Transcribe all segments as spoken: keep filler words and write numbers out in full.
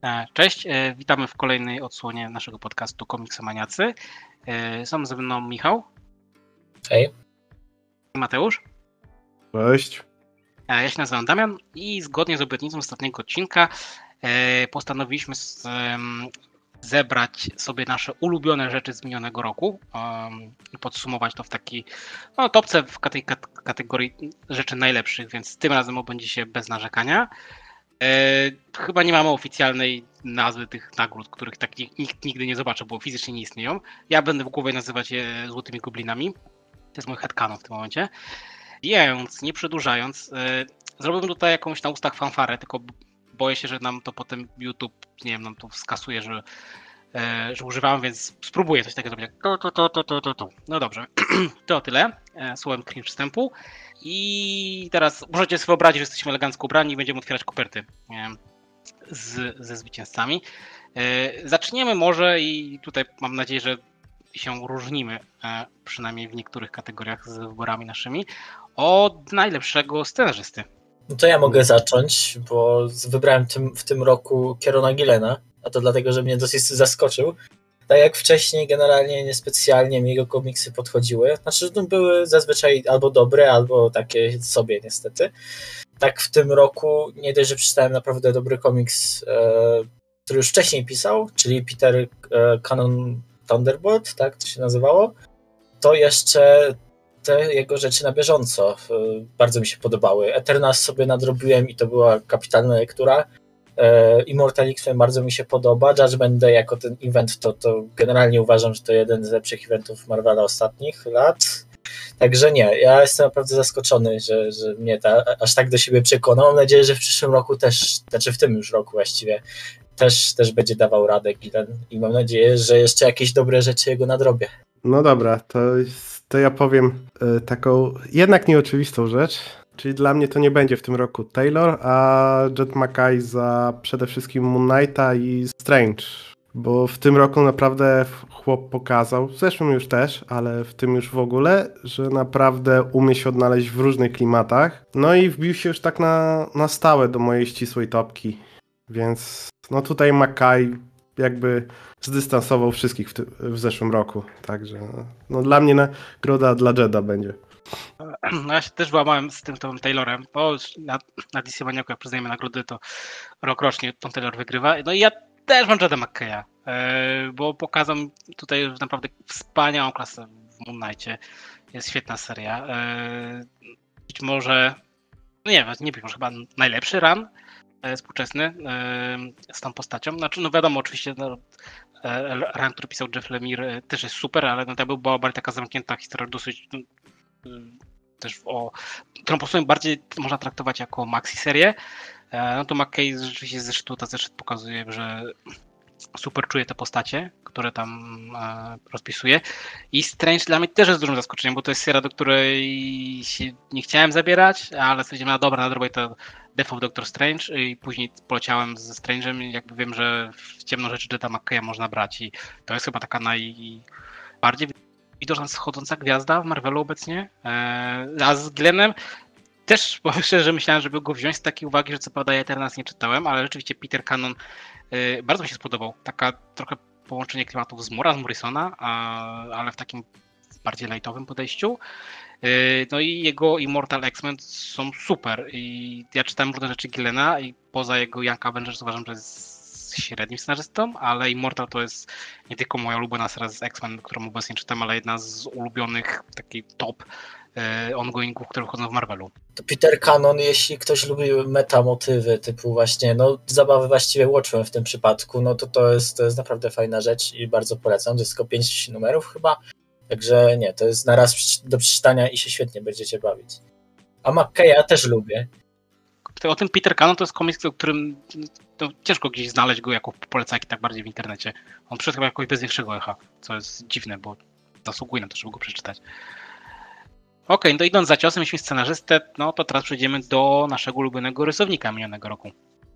Cześć, witamy w kolejnej odsłonie naszego podcastu Komiksomaniacy. Są ze mną Michał. Hej. I Mateusz. Cześć. Ja się nazywam Damian i zgodnie z obietnicą ostatniego odcinka postanowiliśmy zebrać sobie nasze ulubione rzeczy z minionego roku i podsumować to w takiej no, topce w tej kategorii rzeczy najlepszych, więc tym razem obędzie się bez narzekania. E, chyba nie mamy oficjalnej nazwy tych nagród, których tak nikt nigdy nie zobaczy, bo fizycznie nie istnieją. Ja będę w głowie nazywać je złotymi goblinami. To jest mój headcanon w tym momencie. Więc nie przedłużając, e, zrobiłbym tutaj jakąś na ustach fanfarę, tylko boję się, że nam to potem YouTube, nie wiem, nam to skasuje, że, e, że używam, więc spróbuję coś takiego zrobić. Tu, tu, tu, tu, tu, tu. No dobrze, to tyle. E, słowem cringe wstępu. I teraz możecie sobie wyobrazić, że jesteśmy elegancko ubrani i będziemy otwierać koperty z, ze zwycięzcami. Zaczniemy może i tutaj mam nadzieję, że się różnimy, przynajmniej w niektórych kategoriach z wyborami naszymi, od najlepszego scenarzysty. No to ja mogę zacząć, bo wybrałem tym, w tym roku Kierona Gillena, a to dlatego, że mnie dosyć zaskoczył. Tak jak wcześniej generalnie niespecjalnie mi jego komiksy podchodziły. Znaczy no, były zazwyczaj albo dobre, albo takie sobie niestety. Tak w tym roku nie dość, że przeczytałem naprawdę dobry komiks, e, który już wcześniej pisał, czyli Peter e, Cannon Thunderbolt, tak to się nazywało, to jeszcze te jego rzeczy na bieżąco e, bardzo mi się podobały. Eternals sobie nadrobiłem i to była kapitalna lektura. Immortal X-Men bardzo mi się podoba. Judgment Day jako ten event to, to generalnie uważam, że to jeden z lepszych eventów Marvela ostatnich lat. Także nie, ja jestem naprawdę zaskoczony, że, że mnie ta, aż tak do siebie przekonał. Mam nadzieję, że w przyszłym roku też, znaczy w tym już roku właściwie, też, też będzie dawał radę Gillen i mam nadzieję, że jeszcze jakieś dobre rzeczy jego nadrobię. No dobra, to, to ja powiem y, taką jednak nieoczywistą rzecz. Czyli dla mnie to nie będzie w tym roku Taylor, a Jed MacKay za przede wszystkim Moon Knighta i Strange. Bo w tym roku naprawdę chłop pokazał, w zeszłym już też, ale w tym już w ogóle, że naprawdę umie się odnaleźć w różnych klimatach. No i wbił się już tak na, na stałe do mojej ścisłej topki. Więc no tutaj MacKay jakby zdystansował wszystkich w, ty- w zeszłym roku. Także no dla mnie nagroda dla Jeda będzie. No ja się też wyłamałem z tym Tomem Taylorem, bo na, na D C Maniaku, jak przyznajemy nagrody, to rok rocznie Tom Taylor wygrywa. No i ja też mam Jeda MacKaya, bo pokazał tutaj naprawdę wspaniałą klasę w Moon Knightie. Jest świetna seria. Być może, no nie wiem, nie wiem, może chyba najlepszy run współczesny z tą postacią. Znaczy, no wiadomo, oczywiście no, run, który pisał Jeff Lemire też jest super, ale no, to była bardziej taka zamknięta historia, dosyć też o, którą po prostu bardziej można traktować jako maxi serię, no to MacKay rzeczywiście ze sztuta zeszyt pokazuje, że super czuje te postacie, które tam e, rozpisuje. I Strange dla mnie też jest dużym zaskoczeniem, bo to jest seria, do której się nie chciałem zabierać, ale stwierdziłem, no dobra, nadrobię to Death of Doctor Strange i później poleciałem ze Strange'em i jakby wiem, że w ciemno rzeczy Jeda MacKaya można brać i to jest chyba taka najbardziej widoczna schodząca gwiazda w Marvelu obecnie. A z Glennem też powiem szczerze, że myślałem, żeby go wziąć z takiej uwagi, że co prawda ja teraz nie czytałem, ale rzeczywiście Peter Cannon bardzo mi się spodobał. Taka trochę połączenie klimatów z Mura, z Morrisona, ale w takim bardziej lightowym podejściu. No i jego Immortal X-Men są super. I ja czytałem różne rzeczy Gillena i poza jego Young Avengers uważam, że jest średnim scenarzystą, ale Immortal to jest nie tylko moja ulubiona seria z X-Men, którą obecnie czytam, ale jedna z ulubionych takiej top e, ongoingów, które wchodzą w Marvelu. To Peter Cannon, jeśli ktoś lubi metamotywy typu właśnie, no zabawy właściwie Watchmen w tym przypadku, no to to jest, to jest naprawdę fajna rzecz i bardzo polecam. To jest tylko pięć numerów chyba, także nie, to jest na raz do przeczytania i się świetnie będziecie bawić. A MacKaya też lubię. O tym Peter Cannon to jest komiks, o którym no, ciężko gdzieś znaleźć go jako polecajki tak bardziej w internecie. On przyszedł chyba jakoś bez większego echa, co jest dziwne, bo zasługuje na to, żeby go przeczytać. Okej, okay, no to idąc za ciosem, jeśli scenarzystę, no to teraz przejdziemy do naszego ulubionego rysownika minionego roku.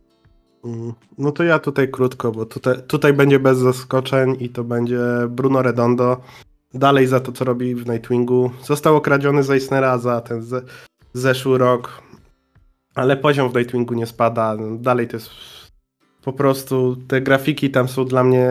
No to ja tutaj krótko, bo tutaj, tutaj będzie bez zaskoczeń i to będzie Bruno Redondo. Dalej za to, co robi w Nightwingu. Został okradziony z Eisnera za ten ze, zeszły rok. Ale poziom w Nightwingu nie spada. Dalej to jest Po prostu te grafiki tam są dla mnie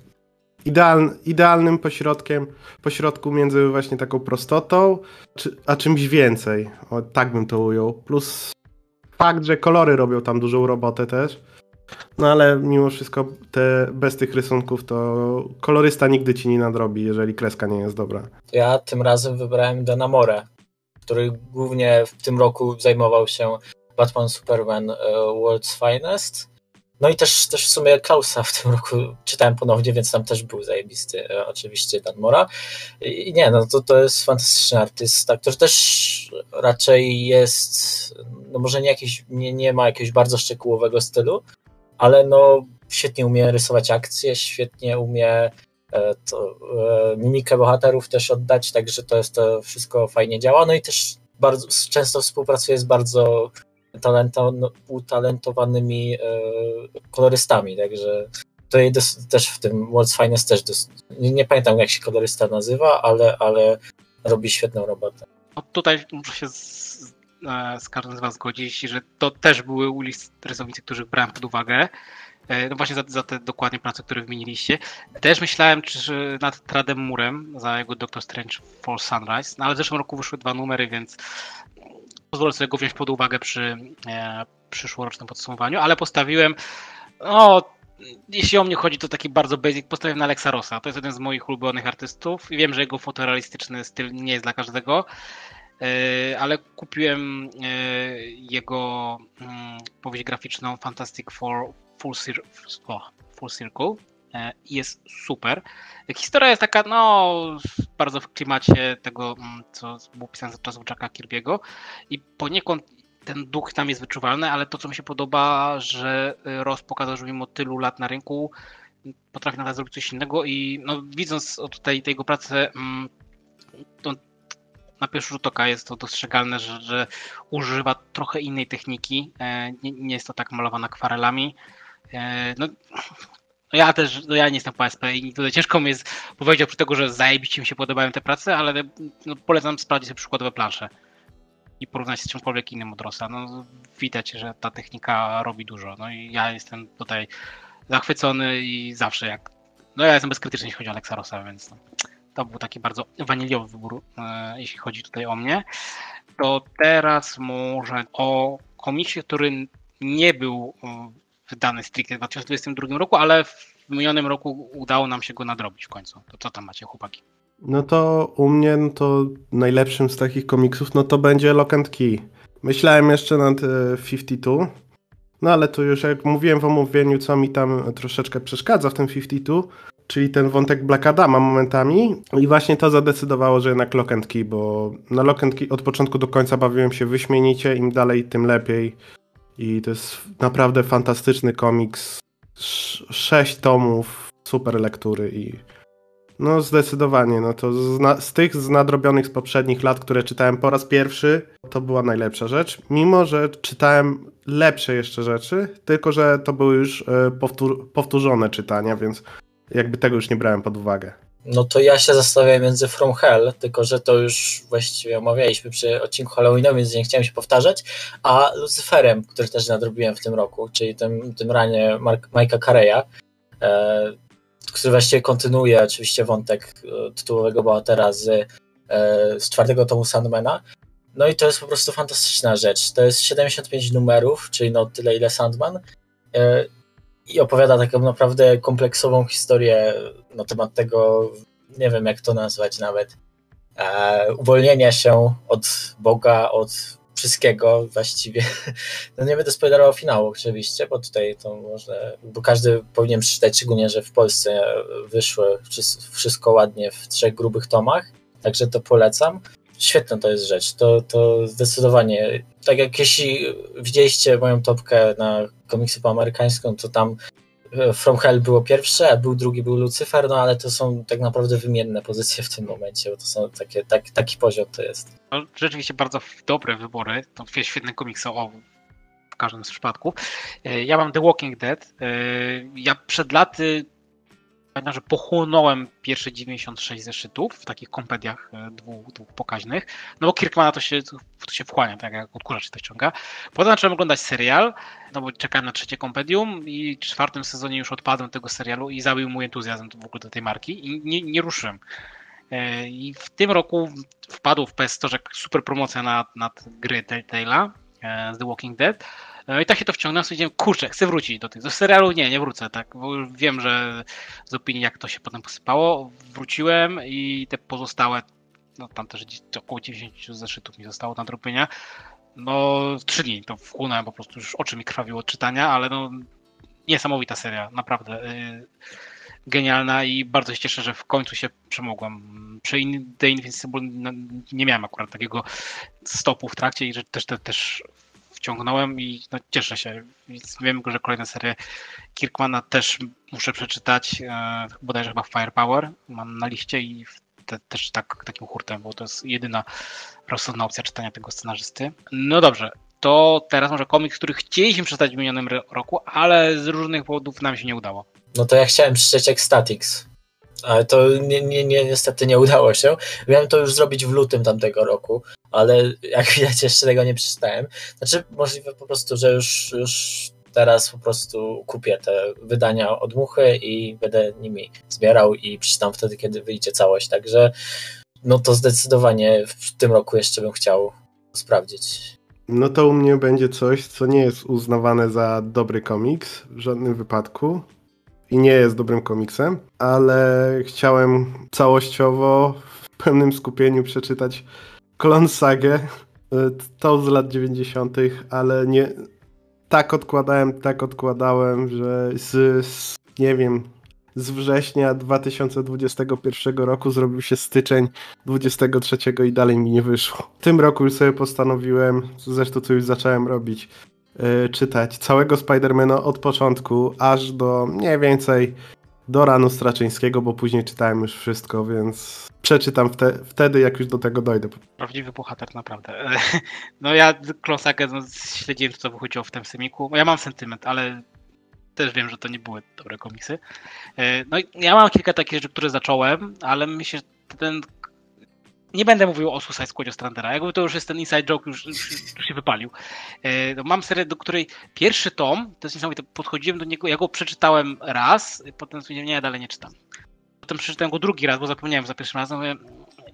ideal, idealnym pośrodkiem, pośrodku między właśnie taką prostotą, czy, a czymś więcej. O, tak bym to ujął. Plus fakt, że kolory robią tam dużą robotę też. No ale mimo wszystko te, bez tych rysunków to kolorysta nigdy ci nie nadrobi, jeżeli kreska nie jest dobra. Ja tym razem wybrałem Dana Moore, który głównie w tym roku zajmował się Batman Superman uh, World's Finest. No i też, też w sumie Klausa w tym roku czytałem ponownie, więc tam też był zajebisty uh, oczywiście Dan Mora. I nie, no to, to jest fantastyczny artysta, który też raczej jest, no może nie, jakiś, nie, nie ma jakiegoś bardzo szczegółowego stylu, ale no świetnie umie rysować akcje, świetnie umie to, e, mimikę bohaterów też oddać, także to jest to wszystko fajnie działa. No i też bardzo często współpracuje z bardzo talento, utalentowanymi e, kolorystami, także to jej dos, też w tym World's Finest też dos, nie, nie pamiętam jak się kolorysta nazywa, ale, ale robi świetną robotę. No tutaj muszę się z, z każdym z was zgodzić, że to też były rysownicy, których brałem pod uwagę. No właśnie za, za te dokładnie prace, które wymieniliście. Też myślałem czy nad Tradem Murem za jego Doctor Strange for Sunrise, no ale w zeszłym roku wyszły dwa numery, więc pozwolę sobie go wziąć pod uwagę przy e, przyszłorocznym podsumowaniu, ale postawiłem, no jeśli o mnie chodzi, to taki bardzo basic, postawiłem na Alexa Rossa. To jest jeden z moich ulubionych artystów i wiem, że jego fotorealistyczny styl nie jest dla każdego, e, ale kupiłem e, jego mm, powieść graficzną Fantastic Four Full, Cir- oh, Full Circle i jest super. Historia jest taka, no, bardzo w klimacie tego, co było pisane za czasów Jacka Kirby'ego i poniekąd ten duch tam jest wyczuwalny, ale to, co mi się podoba, że Ross pokazał, że mimo tylu lat na rynku potrafi nadal zrobić coś innego i no, widząc tutaj tej jego pracę, to na pierwszy rzut oka jest to dostrzegalne, że, że używa trochę innej techniki, nie, nie jest to tak malowane akwarelami. No, no ja też, no ja nie jestem po S P i tutaj ciężko mi jest powiedzieć oprócz tego, że zajebiście mi się podobają te prace, ale no, polecam sprawdzić sobie przykładowe plansze i porównać z czymkolwiek innym od Rossa. No, widać, że ta technika robi dużo. No i ja jestem tutaj zachwycony i zawsze jak... No ja jestem bezkrytyczny, jeśli chodzi o Alexa Rossa, więc no, to był taki bardzo waniliowy wybór, e, jeśli chodzi tutaj o mnie. To teraz może o komiksie, który nie był e, wydany stricte w dwa tysiące dwudziestym drugim roku, ale w minionym roku udało nam się go nadrobić w końcu. To co tam macie, chłopaki? No to u mnie no to najlepszym z takich komiksów no to będzie Lock and Key. Myślałem jeszcze nad e, pięćdziesiąt dwa, no ale to już jak mówiłem w omówieniu, co mi tam troszeczkę przeszkadza w tym pięćdziesiąt dwa, czyli ten wątek Black Adama momentami i właśnie to zadecydowało, że jednak Lock and Key, bo na Lock and Key od początku do końca bawiłem się wyśmienicie, im dalej tym lepiej. I to jest naprawdę fantastyczny komiks. Sz- sześć tomów, super lektury i no zdecydowanie, no to z, na- z tych z nadrobionych z poprzednich lat, które czytałem po raz pierwszy, to była najlepsza rzecz. Mimo, że czytałem lepsze jeszcze rzeczy, tylko że to były już e, powtór- powtórzone czytania, więc jakby tego już nie brałem pod uwagę. No to ja się zastanawiam między From Hell, tylko że to już właściwie omawialiśmy przy odcinku Halloweenowym, więc nie chciałem się powtarzać, a Lucyferem, który też nadrobiłem w tym roku, czyli tym, tym ranie Mark, Mike'a Carreya, e, który właściwie kontynuuje oczywiście wątek e, tytułowego bohatera z, e, z czwartego tomu Sandmana. No i to jest po prostu fantastyczna rzecz. To jest siedemdziesiąt pięć numerów, czyli no tyle ile Sandman. E, I opowiada taką naprawdę kompleksową historię na temat tego, nie wiem jak to nazwać nawet, e, uwolnienia się od Boga, od wszystkiego właściwie. No nie będę spoilerował finału oczywiście, bo tutaj to można, bo każdy powinien przeczytać, szczególnie, że w Polsce wyszło wszystko ładnie w trzech grubych tomach, także to polecam. Świetna to jest rzecz, to, to zdecydowanie, tak jak jeśli widzieliście moją topkę na komiksy po amerykańską, to tam From Hell było pierwsze, a był drugi, był Lucyfer, no ale to są tak naprawdę wymienne pozycje w tym momencie, bo to są takie, tak, taki poziom to jest. No, rzeczywiście bardzo dobre wybory, to dwie świetne komiksy o, w każdym z przypadków. Ja mam The Walking Dead, ja przed laty pamiętam, że pochłonąłem pierwsze dziewięćdziesiąt sześć zeszytów w takich kompediach dwóch, dwóch pokaźnych, no bo Kirkmana to się prostu się wchłania, tak jak odkurzacz to ściąga. Potem zacząłem oglądać serial, no bo czekałem na trzecie kompendium i w czwartym sezonie już odpadłem tego serialu i zabił mój entuzjazm w ogóle do tej marki i nie, nie ruszyłem. I w tym roku wpadł w P S Store super promocja nad, nad gry Telltale'a z The Walking Dead. I tak się to wciągnąłem, stwierdziłem, kurczę, chcę wrócić do tych. Do serialu nie, nie wrócę, tak, bo już wiem, że z opinii jak to się potem posypało, wróciłem i te pozostałe, no tam też około dziewięćdziesiąt zeszytów mi zostało na drobienia. No trzy dni to wchłonąłem, po prostu już oczy mi krwawiło od czytania, ale no niesamowita seria, naprawdę yy, genialna i bardzo się cieszę, że w końcu się przemogłem. Przy The Invincible no, nie miałem akurat takiego stopu w trakcie i że też, te, też wciągnąłem i no, cieszę się. Wiem, że kolejne serie Kirkmana też muszę przeczytać, e, bodajże chyba Firepower mam na liście i te, też tak, takim hurtem, bo to jest jedyna rozsądna opcja czytania tego scenarzysty. No dobrze, to teraz może komiks, który chcieliśmy przeczytać w minionym roku, ale z różnych powodów nam się nie udało. No to ja chciałem przeczytać Ecstatics, ale to nie, nie, nie, niestety nie udało się. Miałem to już zrobić w lutym tamtego roku, ale jak widać jeszcze tego nie przeczytałem. Znaczy możliwe po prostu, że już, już teraz po prostu kupię te wydania od Muchy i będę nimi zbierał i przeczytam wtedy, kiedy wyjdzie całość. Także no to zdecydowanie w tym roku jeszcze bym chciał sprawdzić. No to u mnie będzie coś, co nie jest uznawane za dobry komiks w żadnym wypadku i nie jest dobrym komiksem, ale chciałem całościowo w pełnym skupieniu przeczytać Clone Sagę, to z lat dziewięćdziesiątych, ale nie tak odkładałem, tak odkładałem, że z, z nie wiem, z września dwa tysiące dwudziestego pierwszego roku zrobił się styczeń dwudziestego trzeciego i dalej mi nie wyszło. W tym roku już sobie postanowiłem, zresztą co już zacząłem robić, yy, czytać całego Spidermana od początku aż do mniej więcej do Ranu Straczyńskiego, bo później czytałem już wszystko, więc przeczytam wte, wtedy, jak już do tego dojdę. Prawdziwy bohater, naprawdę. No ja Klosakę no, śledziłem, co wychodziło w tym semiku. Ja mam sentyment, ale też wiem, że to nie były dobre komiksy. No i ja mam kilka takich rzeczy, które zacząłem, ale myślę, że ten... Nie będę mówił o Suicide Squadzie Strandera, jakby to już jest ten inside joke, już, już, już się wypalił. No, mam serię, do której pierwszy tom, to jest niesamowite, podchodziłem do niego, ja go przeczytałem raz, potem stwierdziłem, nie, dalej nie czytam. Potem przeczytałem go drugi raz, bo zapomniałem za pierwszym razem, mówię,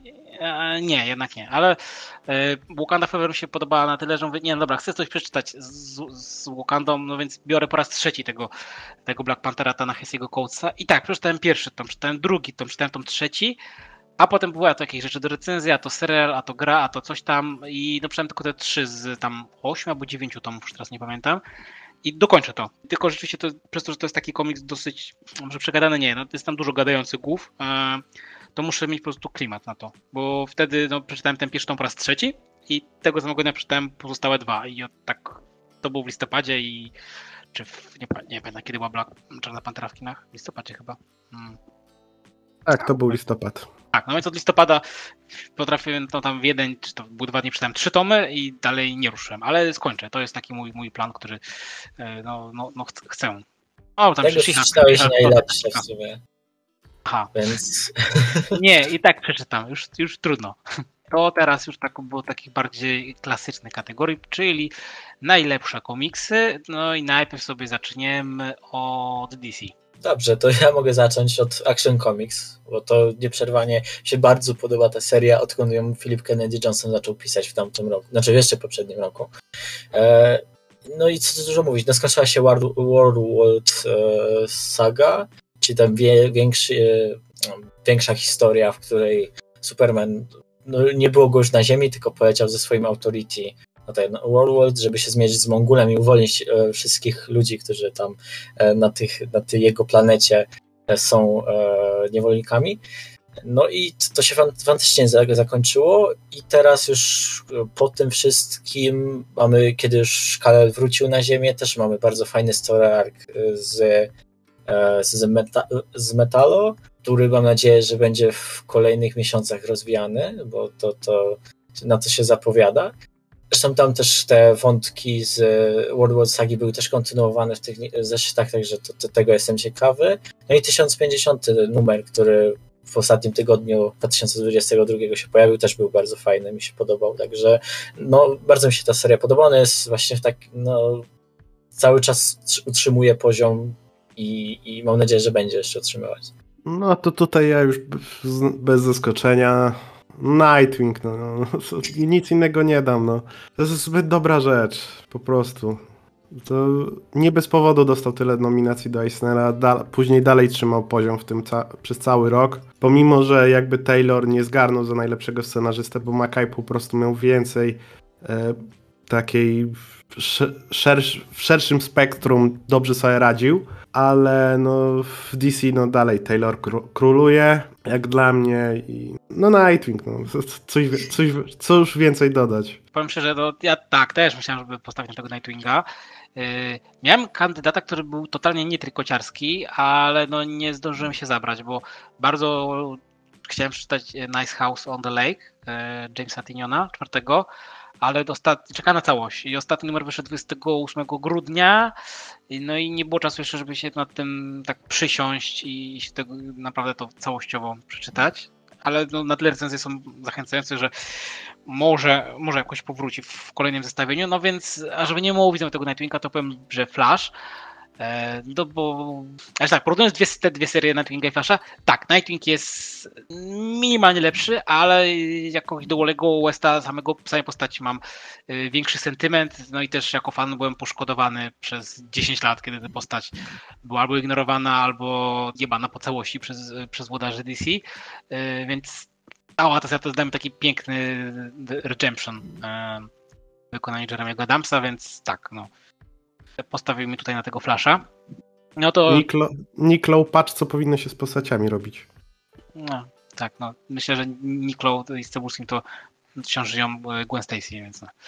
nie, jednak nie, ale Wakanda Forever mi się podobała na tyle, że mówię, nie, no dobra, chcę coś przeczytać z, z Wakandą, no więc biorę po raz trzeci tego, tego Black Panthera, Tana Hessiego Coatesa i tak, przeczytałem pierwszy tom, czytałem drugi tom, czytałem tom trzeci, a potem były to jakieś rzeczy do recenzji, a to serial, a to gra, a to coś tam i no przynajmniej tylko te trzy z tam ośmiu albo dziewięciu tomów, już teraz nie pamiętam. I dokończę to. Tylko rzeczywiście to, przez to, że to jest taki komiks dosyć, może przegadany nie, no jest tam dużo gadających głów, to muszę mieć po prostu klimat na to, bo wtedy no, przeczytałem ten pierwszy tom po raz trzeci i tego samego dnia przeczytałem pozostałe dwa i tak to było w listopadzie i czy w, nie, nie pamiętam kiedy była Black, Czarna Pantera w kinach? W listopadzie chyba. Hmm. Tak, to był listopad. Tak, no więc od listopada potrafiłem to tam w jeden, czy to były dwa dni, przeczytałem trzy tomy i dalej nie ruszyłem, ale skończę. To jest taki mój, mój plan, który no, no, no chcę. O, tam Tego przeczytałeś najlepsze w sumie. Aha. Więc... Nie, i tak przeczytam, już, już trudno. To teraz już tak było takich bardziej klasycznych kategorii, czyli najlepsze komiksy. No i najpierw sobie zaczniemy od D C. Dobrze, to ja mogę zacząć od Action Comics, bo to nieprzerwanie się bardzo podoba ta seria, odkąd ją Philip Kennedy Johnson zaczął pisać w tamtym roku, znaczy jeszcze w poprzednim roku. E, no i co tu dużo mówić, no skończyła się World, World e, Saga, czyli tam wie, większy, e, większa historia, w której Superman, no nie było go już na ziemi, tylko poleciał ze swoim Authority na ten World, żeby się zmierzyć z Mongulem i uwolnić e, wszystkich ludzi, którzy tam e, na, tych, na tej jego planecie e, są e, niewolnikami. No i to się fantastycznie zakończyło i teraz już po tym wszystkim mamy, kiedy już Kal-El wrócił na ziemię, też mamy bardzo fajny story arc z, z, meta, z Metalo, który mam nadzieję, że będzie w kolejnych miesiącach rozwijany, bo to, to na to się zapowiada. Zresztą tam też te wątki z World War Sagi były też kontynuowane w tych zeszytach, także to, to, tego jestem ciekawy. No i tysiąc pięćdziesiąty numer, który w ostatnim tygodniu dwa tysiące dwudziestego drugiego się pojawił, też był bardzo fajny, mi się podobał, także no bardzo mi się ta seria podoba, ona jest właśnie w tak, no cały czas utrzymuje poziom i, i mam nadzieję, że będzie jeszcze utrzymywać. No to tutaj ja już bez zaskoczenia Nightwing, no, no nic innego nie dam, no. To jest zbyt dobra rzecz, po prostu. To nie bez powodu dostał tyle nominacji do Eisnera, da, później dalej trzymał poziom w tym ca- przez cały rok, pomimo, że jakby Taylor nie zgarnął za najlepszego scenarzystę, bo Mackay po prostu miał więcej e, takiej szersz, w szerszym spektrum dobrze sobie radził, ale no w D C no dalej Taylor króluje, jak dla mnie i no Nightwing, no coś, coś, co już więcej dodać. Powiem szczerze, no ja tak, też myślałem, żeby postawić na tego Nightwinga. Yy, miałem kandydata, który był totalnie nietryciarski, ale no nie zdążyłem się zabrać, bo bardzo chciałem przeczytać Nice House on the Lake yy, Jamesa Tyniona, czwartego, ale ostat... czekałem na całość i ostatni numer wyszedł dwudziestego ósmego grudnia, no i nie było czasu jeszcze, żeby się nad tym tak przysiąść i się tego naprawdę to całościowo przeczytać, ale no, na tyle recenzje są zachęcające, że może, może jakoś powróci w kolejnym zestawieniu, no więc, a żeby nie mówić tego Nightwinga, to powiem, że Flash, e, no bo, ale tak, porównując dwie, te dwie serie Nightwinga i Flasha, tak, Nightwing jest minimalnie lepszy, ale jakoś do Walego Westa, samego, samej postaci mam y, większy sentyment, no i też jako fan byłem poszkodowany przez dziesięć lat, kiedy ta postać była albo ignorowana, albo jebana po całości przez, przez włodarzy D C, y, więc cała ta seria to zdałem taki piękny redemption e, w wykonaniu Jeremy'ego Adamsa, więc tak, no. Postawił mi tutaj na tego Flasha. No to... Nick, Nick Lowe, patrz co powinno się z postaciami robić. No, tak, no. Myślę, że Nick Lowe i z Cebulskim to wciąż żyją Gwen Stacy, więc no.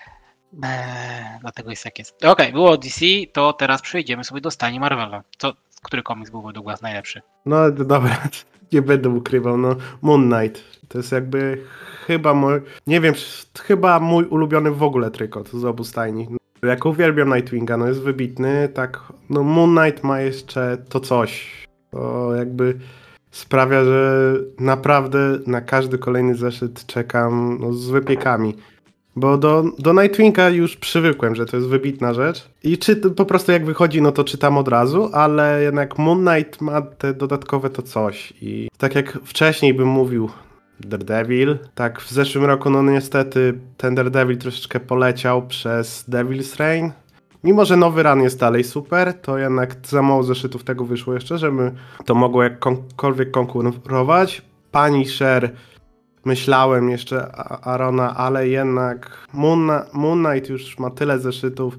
Eee, dlatego jest jak jest. Okej, okay, było D C, to teraz przejdziemy sobie do stajni Marvela. Co, który komiks był według was najlepszy? No dobra, nie będę ukrywał, no Moon Knight. To jest jakby chyba mój, nie wiem, chyba mój ulubiony w ogóle trykot z obu stajni. Jak uwielbiam Nightwinga, no jest wybitny, tak, no Moon Knight ma jeszcze to coś. To jakby sprawia, że naprawdę na każdy kolejny zeszyt czekam no, z wypiekami. Bo do, do Nightwinga już przywykłem, że to jest wybitna rzecz. I czy po prostu jak wychodzi, no to czytam od razu, ale jednak Moon Knight ma te dodatkowe to coś. I tak jak wcześniej bym mówił Daredevil, tak w zeszłym roku, no niestety ten Daredevil troszeczkę poleciał przez Devil's Reign. Mimo, że nowy run jest dalej super, to jednak za mało zeszytów tego wyszło jeszcze, żeby to mogło jakkolwiek konkurować. Punisher, myślałem jeszcze Arona, ale jednak Moon, Moon Knight już ma tyle zeszytów.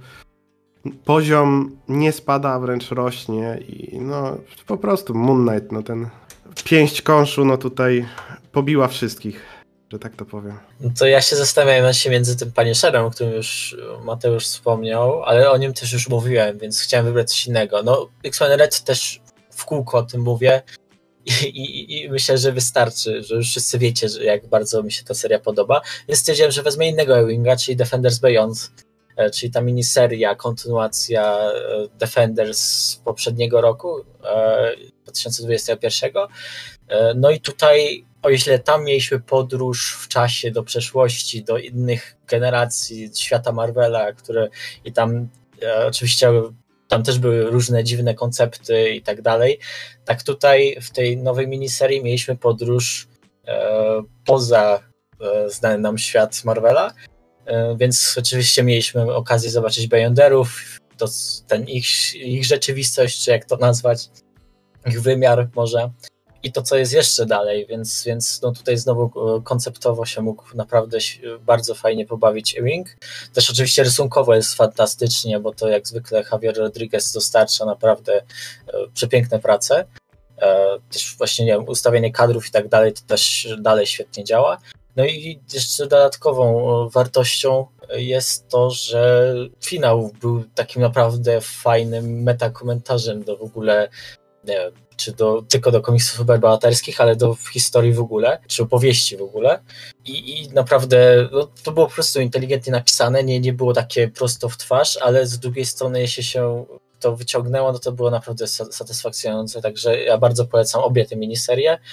Poziom nie spada, a wręcz rośnie i no po prostu Moon Knight, no ten pięść kąszu, no tutaj pobiła wszystkich, że tak to powiem. No to ja się zastanawiam się między tym Punisherem, o którym już Mateusz wspomniał, ale o nim też już mówiłem, więc chciałem wybrać coś innego. No X-Men Red też w kółko o tym mówię i, i, i myślę, że wystarczy, że już wszyscy wiecie, że jak bardzo mi się ta seria podoba, więc stwierdziłem, że wezmę innego Ewinga, czyli Defenders Beyond, czyli ta miniseria, kontynuacja Defenders z poprzedniego roku, dwa tysiące dwudziestego pierwszego. No i tutaj, o ile tam mieliśmy podróż w czasie do przeszłości, do innych generacji świata Marvela, które i tam e, oczywiście tam też były różne dziwne koncepty i tak dalej, tak tutaj w tej nowej miniserii mieliśmy podróż e, poza e, znany nam świat Marvela, e, więc oczywiście mieliśmy okazję zobaczyć Beyonderów, to ten ich, ich rzeczywistość, czy jak to nazwać, ich wymiar może. I to, co jest jeszcze dalej, więc, więc no tutaj znowu konceptowo się mógł naprawdę bardzo fajnie pobawić Ewing. Też oczywiście rysunkowo jest fantastycznie, bo to jak zwykle Javier Rodriguez dostarcza naprawdę przepiękne prace. Też właśnie, nie wiem, ustawienie kadrów i tak dalej, to też dalej świetnie działa. No i jeszcze dodatkową wartością jest to, że finał był takim naprawdę fajnym metakomentarzem do w ogóle, nie wiem, czy do, tylko do komiksów superbohaterskich, ale do historii w ogóle, czy opowieści w ogóle. I, i naprawdę no, to było po prostu inteligentnie napisane, nie, nie było takie prosto w twarz, ale z drugiej strony, jeśli się to wyciągnęło, no to było naprawdę satysfakcjonujące, także ja bardzo polecam obie te miniserie.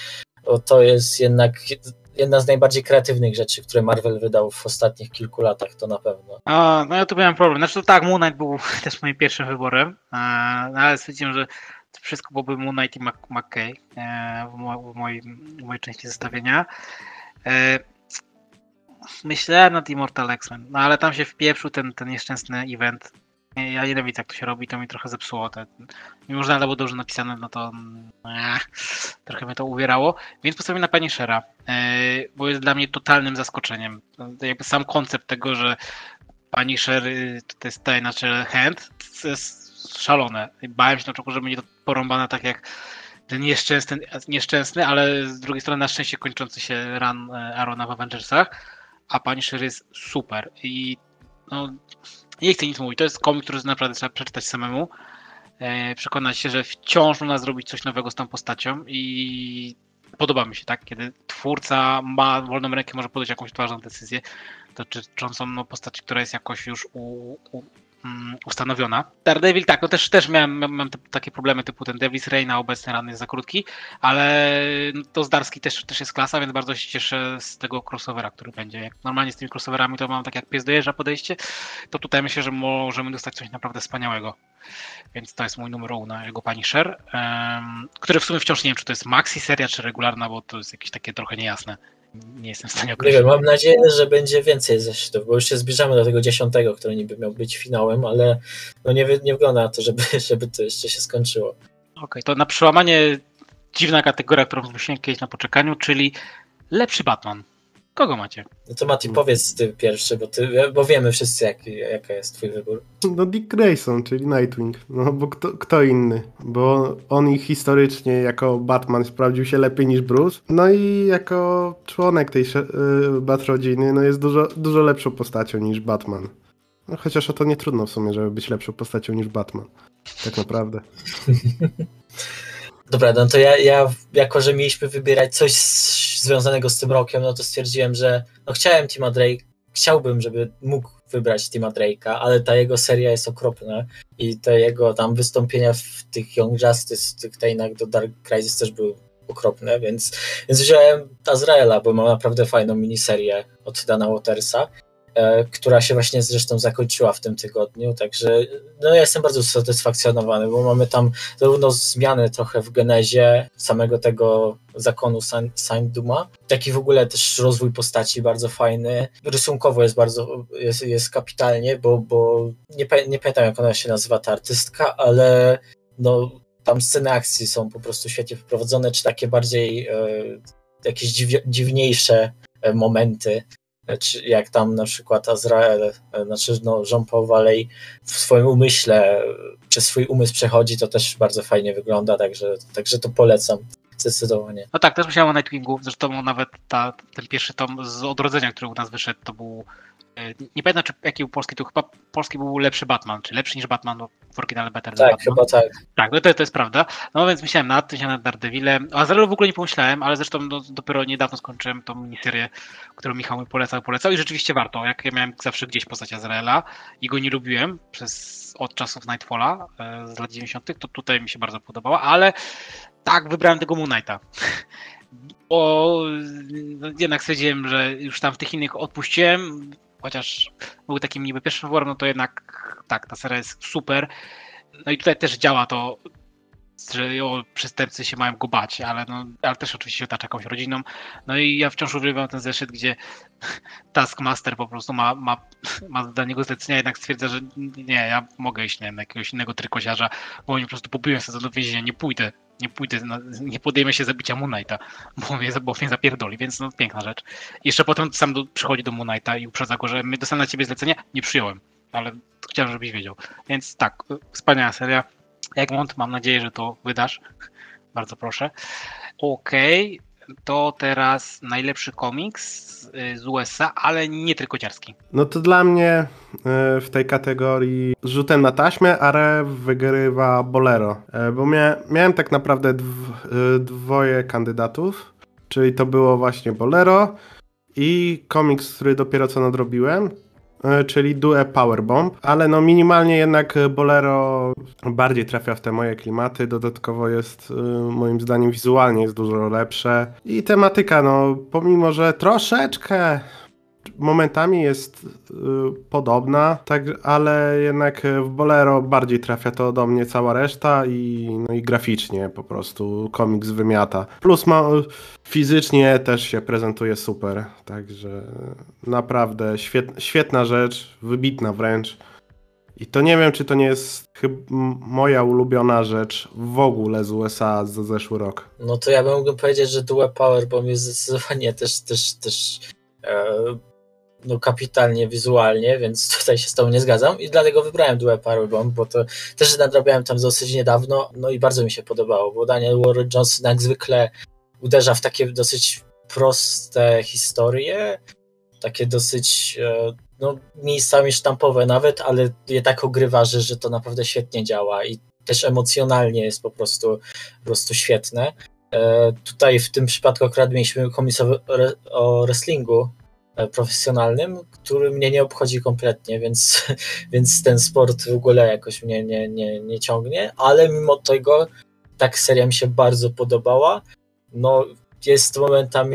bo to jest jednak jedna z najbardziej kreatywnych rzeczy, które Marvel wydał w ostatnich kilku latach, to na pewno. A, no ja tu miałem problem. Znaczy to tak, Moon Knight był też moim pierwszym wyborem, no, ale stwierdziłem, że to wszystko byłoby Moon Knight i McKay w, mo- w, mojej, w mojej części zestawienia. Myślałem nad Immortal X-Men, no ale tam się wpieprzył ten, ten nieszczęsny event. Ja nienawidzę, jak to się robi, to mi trochę zepsuło. Te, mimo, że nadal było dobrze napisane, no to eh, trochę mnie to uwierało. Więc postawiłem na Punishera, yy, bo jest dla mnie totalnym zaskoczeniem. To jakby sam koncept tego, że Punisher to jest tutaj na czele Hand, to jest szalone. Bałem się na początku, że będzie to porąbane tak jak ten nieszczęsny, nieszczęsny, ale z drugiej strony na szczęście kończący się run Arona w Avengersach, a Punisher jest super. I no, nie chcę nic mówić, to jest komik, który naprawdę trzeba przeczytać samemu, e, przekonać się, że wciąż można zrobić coś nowego z tą postacią i podoba mi się, tak, kiedy twórca ma wolną rękę, może podjąć jakąś ważną decyzję dotyczącą no, postaci, która jest jakoś już u, u, um, ustanowiona. Daredevil, tak, no też, też miałem, mam te, takie problemy typu ten Devil's Reign, a obecny run jest za krótki, ale to z Darski też, też jest klasa, więc bardzo się cieszę z tego crossovera, który będzie. Jak normalnie z tymi crossoverami to mam tak jak pies dojeżdża podejście, to tutaj myślę, że możemy dostać coś naprawdę wspaniałego. Więc to jest mój numer jeden na jego Punisher, um, który w sumie wciąż nie wiem, czy to jest maxi seria, czy regularna, bo to jest jakieś takie trochę niejasne. Nie jestem w stanie określić. Nie wiem, mam nadzieję, że będzie więcej zeszytów, bo już się zbliżamy do tego dziesiątego, który niby miał być finałem, ale no nie, nie wygląda na to, żeby, żeby to jeszcze się skończyło. Okej, okay, to na przełamanie dziwna kategoria, którą wymyśliłem kiedyś na poczekaniu, czyli lepszy Batman. Kogo macie? No to Mati, powiedz ty pierwszy, bo, ty, bo wiemy wszyscy, jak, jaka jest twój wybór. No Dick Grayson, czyli Nightwing. No bo kto, kto inny? Bo on i historycznie jako Batman sprawdził się lepiej niż Bruce. No i jako członek tej yy, Bat-rodziny no jest dużo, dużo lepszą postacią niż Batman. No, chociaż o to nie trudno w sumie, żeby być lepszą postacią niż Batman. Tak naprawdę. Dobra, no to ja, ja jako, że mieliśmy wybierać coś związanego z tym rokiem, no to stwierdziłem, że no chciałem Tima Drake, chciałbym, żeby mógł wybrać Tima Drake'a, ale ta jego seria jest okropna i te jego tam wystąpienia w tych Young Justice, w tych tajnach do Dark Crisis też były okropne, więc, więc wziąłem Azraela, bo ma naprawdę fajną miniserię od Dana Watersa, e, która się właśnie zresztą zakończyła w tym tygodniu, także no ja jestem bardzo usatysfakcjonowany, bo mamy tam zarówno zmiany trochę w genezie samego tego zakonu Saint Duma, jak i w ogóle też rozwój postaci bardzo fajny. Rysunkowo jest bardzo, jest, jest kapitalnie, bo, bo nie, nie pamiętam, jak ona się nazywa, ta artystka, ale no tam sceny akcji są po prostu świetnie wprowadzone, czy takie bardziej e, jakieś dziw, dziwniejsze momenty, czy jak tam na przykład Azrael, znaczy no Jean-Paul Valley w swoim umyśle, przez swój umysł przechodzi, to też bardzo fajnie wygląda, także, także to polecam zdecydowanie. No tak, też myślałem o Nightwingu, zresztą nawet ta, ten pierwszy tom z Odrodzenia, który u nas wyszedł, to był, nie pamiętam czy jaki był polski, to chyba polski był lepszy Batman, czy lepszy niż Batman, bo w oryginale Better Tak, Batman. chyba tak. Tak, no to, to jest prawda. No więc myślałem nad tym, myślałem nad Daredevilem. O Azraelu w ogóle nie pomyślałem, ale zresztą no, dopiero niedawno skończyłem tą miniserię, którą Michał mi polecał, polecał i rzeczywiście warto. Jak ja miałem zawsze gdzieś postać Azraela i go nie lubiłem przez od czasów Nightfalla e, z lat dziewięćdziesiątych, to tutaj mi się bardzo podobała, ale tak, wybrałem tego Moon Knighta. Bo no, jednak stwierdziłem, że już tam w tych innych odpuściłem, chociaż był takim niby pierwszym wyborem, no to jednak tak, ta seria jest super. No i tutaj też działa to, że o, przestępcy się mają go bać, ale, no, ale też oczywiście otacza jakąś rodziną. No i ja wciąż uwielbiam ten zeszyt, gdzie Taskmaster po prostu ma, ma, ma dla niego zlecenia, jednak stwierdza, że nie, ja mogę iść nie, na jakiegoś innego trykoziarza, bo oni po prostu pobiją się do więzienia, nie pójdę, nie pójdę, nie podejmę się zabicia Moon Knighta, bo mnie, bo mnie zapierdoli, więc no piękna rzecz. I jeszcze potem sam do, przychodzi do Moon Knighta i uprzedza go, że my dostanę na ciebie zlecenie, nie przyjąłem, ale chciałem, żebyś wiedział. Więc tak, wspaniała seria. Egmont, mam nadzieję, że to wydasz. Bardzo proszę. Okej, okay. To teraz najlepszy komiks z U S A, ale nie tylko ciarski. No to dla mnie w tej kategorii z rzutem na taśmę Are wygrywa Bolero, bo mia- miałem tak naprawdę dw- dwoje kandydatów, czyli to było właśnie Bolero i komiks, który dopiero co nadrobiłem, e, czyli Due Powerbomb, ale no minimalnie jednak Bolero bardziej trafia w te moje klimaty, dodatkowo jest e, moim zdaniem wizualnie jest dużo lepsze i tematyka, no pomimo, że troszeczkę momentami jest y, podobna, tak, ale jednak w Bolero bardziej trafia to do mnie cała reszta i, no i graficznie po prostu komiks wymiata. Plus ma, fizycznie też się prezentuje super, także naprawdę świet, świetna rzecz, wybitna wręcz. I to nie wiem, czy to nie jest chyba moja ulubiona rzecz w ogóle z U S A za zeszły rok. No to ja bym mógł powiedzieć, że Due Powerbomb jest zdecydowanie też, też, też e, no kapitalnie wizualnie, więc tutaj się z tobą nie zgadzam i dlatego wybrałem Due Powerbomb, bo to też nadrabiałem tam dosyć niedawno, no i bardzo mi się podobało, bo Daniel Warren-Johnson jak zwykle uderza w takie dosyć proste historie, takie dosyć e, no miejscami sztampowe nawet, ale je tak ogrywa, że, że to naprawdę świetnie działa i też emocjonalnie jest po prostu, po prostu świetne. E, tutaj w tym przypadku akurat mieliśmy komiks o, o wrestlingu e, profesjonalnym, który mnie nie obchodzi kompletnie, więc, więc ten sport w ogóle jakoś mnie nie, nie, nie ciągnie, ale mimo tego tak seria mi się bardzo podobała. No jest momentami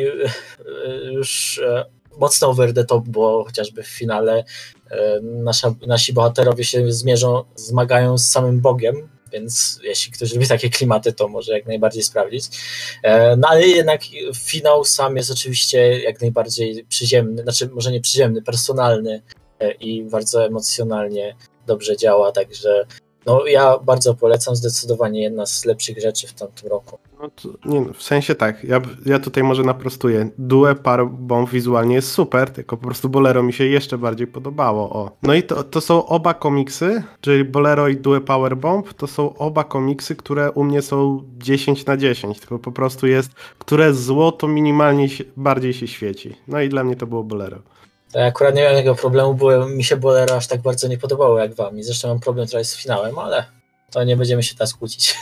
już e, mocno over the top, bo chociażby w finale e, nasza, nasi bohaterowie się zmierzą, zmagają z samym Bogiem, więc jeśli ktoś lubi takie klimaty, to może jak najbardziej sprawdzić. E, no ale jednak finał sam jest oczywiście jak najbardziej przyziemny, znaczy może nie przyziemny, personalny e, i bardzo emocjonalnie dobrze działa, także no ja bardzo polecam, zdecydowanie jedna z lepszych rzeczy w tamtym roku. No to, nie no, w sensie tak, ja, ja tutaj może naprostuję. Due Powerbomb wizualnie jest super, tylko po prostu Bolero mi się jeszcze bardziej podobało. O. No i to, to są oba komiksy, czyli Bolero i Due Powerbomb, to są oba komiksy, które u mnie są dziesięć na dziesięć, tylko po prostu jest, które zło to minimalnie się, bardziej się świeci. No i dla mnie to było Bolero. Ja akurat nie miałem tego problemu, bo mi się Bolero aż tak bardzo nie podobało jak wam. I zresztą mam problem trochę z finałem, ale to nie będziemy się teraz kłócić.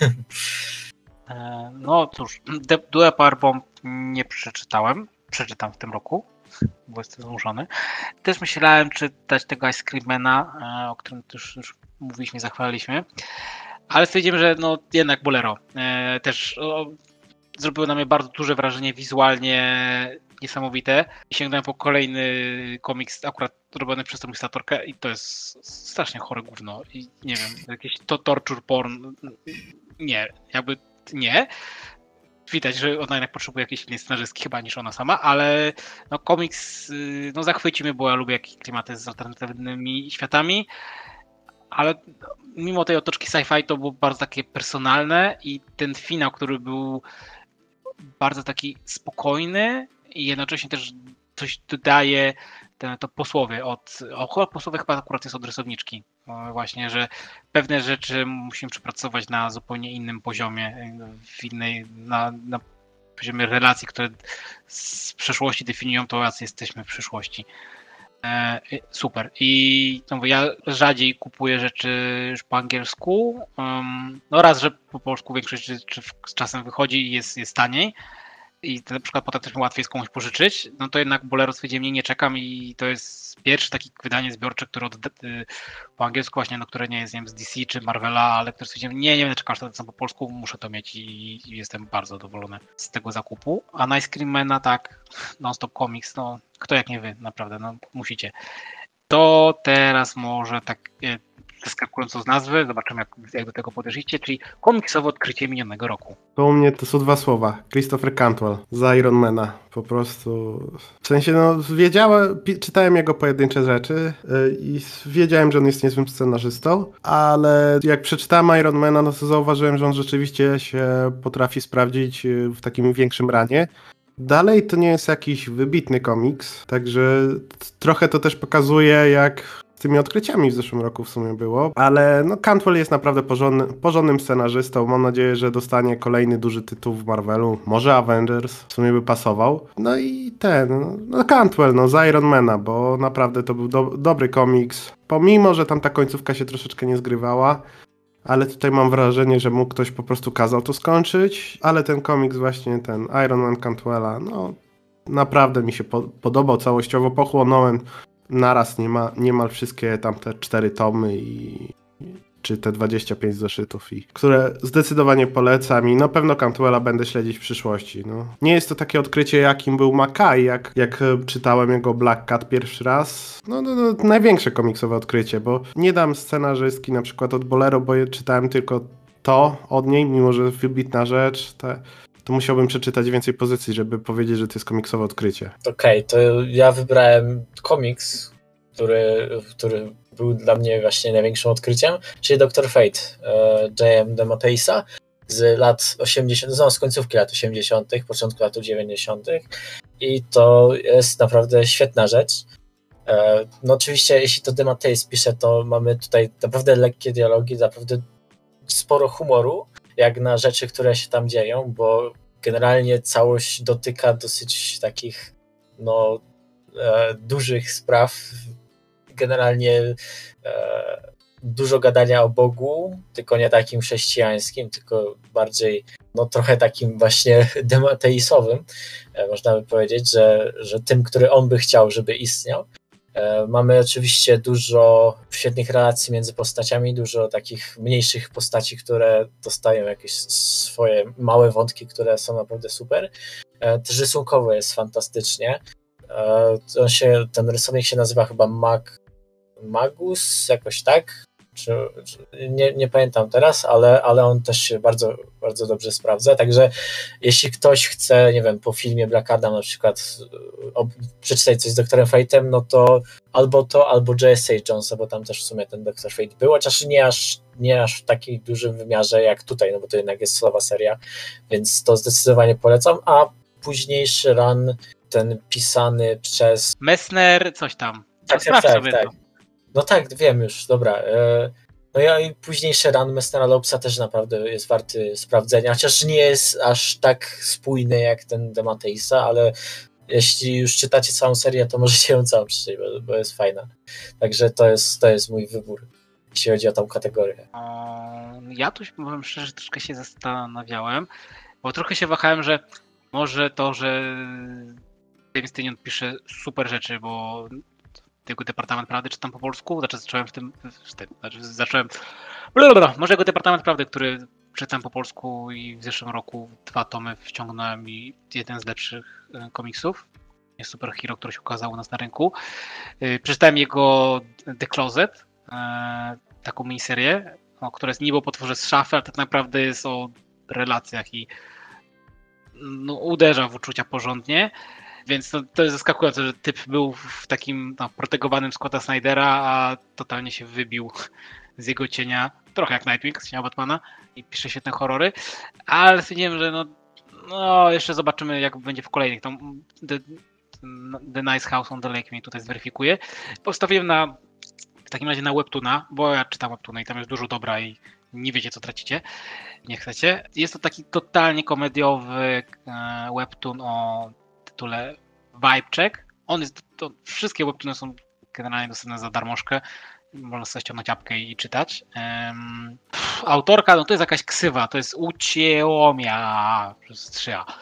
No cóż, Due Powerbomb nie przeczytałem. Przeczytam w tym roku, bo jestem zmuszony. Też myślałem, czy dać tego Ice Creammana, o którym też już mówiliśmy, zachwaliliśmy. Ale stwierdziłem, że no jednak Bolero. Też o, zrobiło na mnie bardzo duże wrażenie wizualnie niesamowite. Sięgnąłem po kolejny komiks akurat robiony przez tą ilustratorkę i to jest strasznie chore gówno. I nie wiem, jakieś to torture porn. Nie, jakby nie. Widać, że ona jednak potrzebuje jakiejś innej scenarzystki chyba niż ona sama, ale no komiks no zachwycił mnie, bo ja lubię jakieś klimaty z alternatywnymi światami, ale mimo tej otoczki sci-fi to było bardzo takie personalne i ten finał, który był bardzo taki spokojny i jednocześnie też coś dodaje ten, to posłowie od, o posłowie chyba akurat jest od rysowniczki, właśnie, że pewne rzeczy musimy przepracować na zupełnie innym poziomie, w innej, na, na poziomie relacji, które z przeszłości definiują to, jacy jesteśmy w przyszłości. E, super. I no, ja rzadziej kupuję rzeczy już po angielsku. Um, no raz, że po polsku większość rzeczy z czasem wychodzi i jest, jest taniej. I na przykład potem też mi łatwiej jest komuś pożyczyć, no to jednak Bolero stwierdziłem, nie, nie czekam i to jest pierwsze takie wydanie zbiorcze, które od, po angielsku właśnie, no które nie jest, nie wiem, z D C czy Marvela, ale które stwierdziłem, nie, nie będę czekał, że to po polsku, muszę to mieć i, i jestem bardzo zadowolony z tego zakupu. A na Ice Creammana tak, non-stop comics, no kto jak nie wy, naprawdę, no musicie. To teraz może tak zaskakująco z nazwy, zobaczymy jak, jak do tego podeszliście, czyli komiksowe odkrycie minionego roku. To u mnie to są dwa słowa. Christopher Cantwell z Ironmana. Po prostu... W sensie, no, wiedziałem, czytałem jego pojedyncze rzeczy yy, i wiedziałem, że on jest niezłym scenarzystą, ale jak przeczytałem Ironmana, no to zauważyłem, że on rzeczywiście się potrafi sprawdzić w takim większym ranie. Dalej to nie jest jakiś wybitny komiks, także trochę to też pokazuje, jak z tymi odkryciami w zeszłym roku w sumie było, ale no Cantwell jest naprawdę porządny, porządnym scenarzystą, mam nadzieję, że dostanie kolejny duży tytuł w Marvelu, może Avengers, w sumie by pasował. No i ten, no Cantwell, no z Ironmana, bo naprawdę to był do, dobry komiks, pomimo, że tam ta końcówka się troszeczkę nie zgrywała, ale tutaj mam wrażenie, że mu ktoś po prostu kazał to skończyć, ale ten komiks właśnie, ten Iron Man Cantwella, no naprawdę mi się po- podobał całościowo, pochłonąłem naraz nie ma, niemal wszystkie tamte cztery tomy i czy te dwadzieścia pięć zeszytów, i które zdecydowanie polecam i na pewno Cantwella będę śledzić w przyszłości. No. Nie jest to takie odkrycie, jakim był Mackay, jak, jak czytałem jego Black Cat pierwszy raz. No, no, no największe komiksowe odkrycie, bo nie dam scenarzystki na przykład od Bolero, bo czytałem tylko to od niej, mimo że wybitna rzecz, te, to musiałbym przeczytać więcej pozycji, żeby powiedzieć, że to jest komiksowe odkrycie. Okej, okay, to ja wybrałem komiks, który, który był dla mnie właśnie największym odkryciem, czyli doktor Fate J M DeMatteisa z lat osiemdziesiątych, no z końcówki lat osiemdziesiątych, początku lat dziewięćdziesiątych i to jest naprawdę świetna rzecz. No oczywiście, jeśli to DeMatteis pisze, to mamy tutaj naprawdę lekkie dialogi, naprawdę sporo humoru, jak na rzeczy, które się tam dzieją, bo generalnie całość dotyka dosyć takich no e, dużych spraw. Generalnie e, dużo gadania o Bogu, tylko nie takim chrześcijańskim, tylko bardziej no trochę takim właśnie demateisowym. E, można by powiedzieć, że, że tym, który on by chciał, żeby istniał. E, mamy oczywiście dużo świetnych relacji między postaciami, dużo takich mniejszych postaci, które dostają jakieś swoje małe wątki, które są naprawdę super. E, też rysunkowo jest fantastycznie. E, on się, ten rysownik się nazywa chyba Mag, Magus, jakoś tak? Czy, czy, nie, nie pamiętam teraz, ale, ale on też się bardzo, bardzo dobrze sprawdza, także jeśli ktoś chce, nie wiem, po filmie Black Adam na przykład ob, przeczytać coś z doktorem Fate'em, no to albo to, albo J S A Jonesa, bo tam też w sumie ten doktor Fate był, chociaż nie aż, nie aż w takim dużym wymiarze jak tutaj, no bo to jednak jest solowa seria, więc to zdecydowanie polecam, a późniejszy run, ten pisany przez... Messner, coś tam. Tak, tak, tak, tak. No tak, wiem już, dobra. No ja i późniejszy run Messnera Lopesa też naprawdę jest warty sprawdzenia, chociaż nie jest aż tak spójny jak ten DeMatteisa, ale jeśli już czytacie całą serię, to możecie ją całą przeczytać, bo, bo jest fajna. Także to jest, to jest mój wybór, jeśli chodzi o tą kategorię. Ja tu, powiem szczerze, troszkę się zastanawiałem, bo trochę się wahałem, że może to, że James Tynion pisze super rzeczy, bo jego Departament Prawdy czytam po polsku, znaczy zacząłem w tym, w tym znaczy zacząłem, blablabla, może jego Departament Prawdy, który czytam po polsku i w zeszłym roku dwa tomy wciągnąłem i jeden z lepszych komiksów, jest Superhero, który się ukazał u nas na rynku. Przeczytałem jego The Closet, taką miniserię, która jest niby o potworze z szafy, ale tak naprawdę jest o relacjach i no, uderza w uczucia porządnie. Więc to, to jest zaskakujące, że typ był w takim no, protegowanym Scotta Snydera, a totalnie się wybił z jego cienia, trochę jak Nightwing z cienia Batmana i pisze świetne horrory, ale stwierdziłem, że no, no jeszcze zobaczymy jak będzie w kolejnych. To, the, the Nice House on the Lake mnie tutaj zweryfikuje. Postawiłem na, w takim razie na Webtoona, bo ja czytam Webtoona i tam jest dużo dobra i nie wiecie co tracicie, nie chcecie. Jest to taki totalnie komediowy e, Webtoon o tytule Vibe Check. On jest, to wszystkie webtoony są generalnie dostępne za darmożkę. Można sobie ściągnąć apkę i czytać. Um, pff, autorka, no to jest jakaś ksywa, to jest Ucieomia przez trzy A.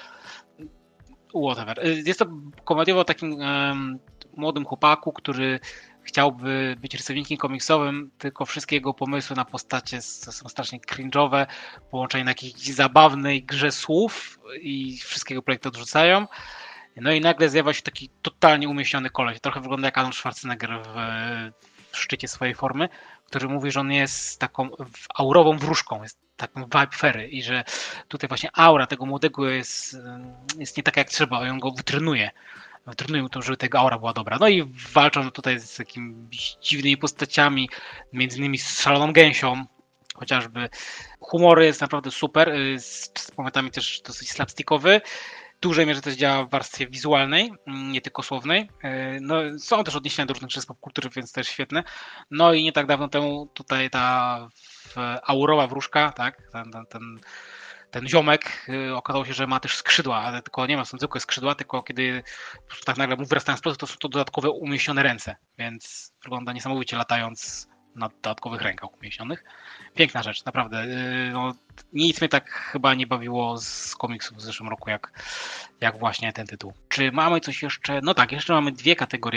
Whatever. Jest to komediowo o takim um, młodym chłopaku, który chciałby być rysownikiem komiksowym, tylko wszystkie jego pomysły na postacie są strasznie cringe'owe, połączenie na jakiejś zabawnej grze słów i wszystkiego projekty odrzucają. No i nagle zjawia się taki totalnie umieśniony koleś. Trochę wygląda jak Arnold Schwarzenegger w, w szczycie swojej formy, który mówi, że on jest taką aurową wróżką, jest taką vibe fairy i że tutaj właśnie aura tego młodego jest, jest nie taka jak trzeba, on go wytrenuje. Wytrenują to, żeby tego aura była dobra. No i walczą tutaj z jakimiś dziwnymi postaciami, między innymi z szaloną gęsią, chociażby. Humor jest naprawdę super, z, z momentami też dosyć slapstickowy. W dużej mierze też działa w warstwie wizualnej, nie tylko słownej. No, są też odniesienia do różnych rzeczy z popkultury, więc też świetne. No i nie tak dawno temu tutaj ta aurowa wróżka, tak, ten, ten, ten, ten ziomek okazało się, że ma też skrzydła, ale tylko nie ma są zwykłe skrzydła, tylko kiedy tak nagle mu wyrastają z pleców, to są to dodatkowe umieśnione ręce, więc wygląda niesamowicie latając na dodatkowych rękach umieśnionych. Piękna rzecz, naprawdę. No, nic mnie tak chyba nie bawiło z komiksów w zeszłym roku, jak, jak właśnie ten tytuł. Czy mamy coś jeszcze? No tak, jeszcze mamy dwie kategorie.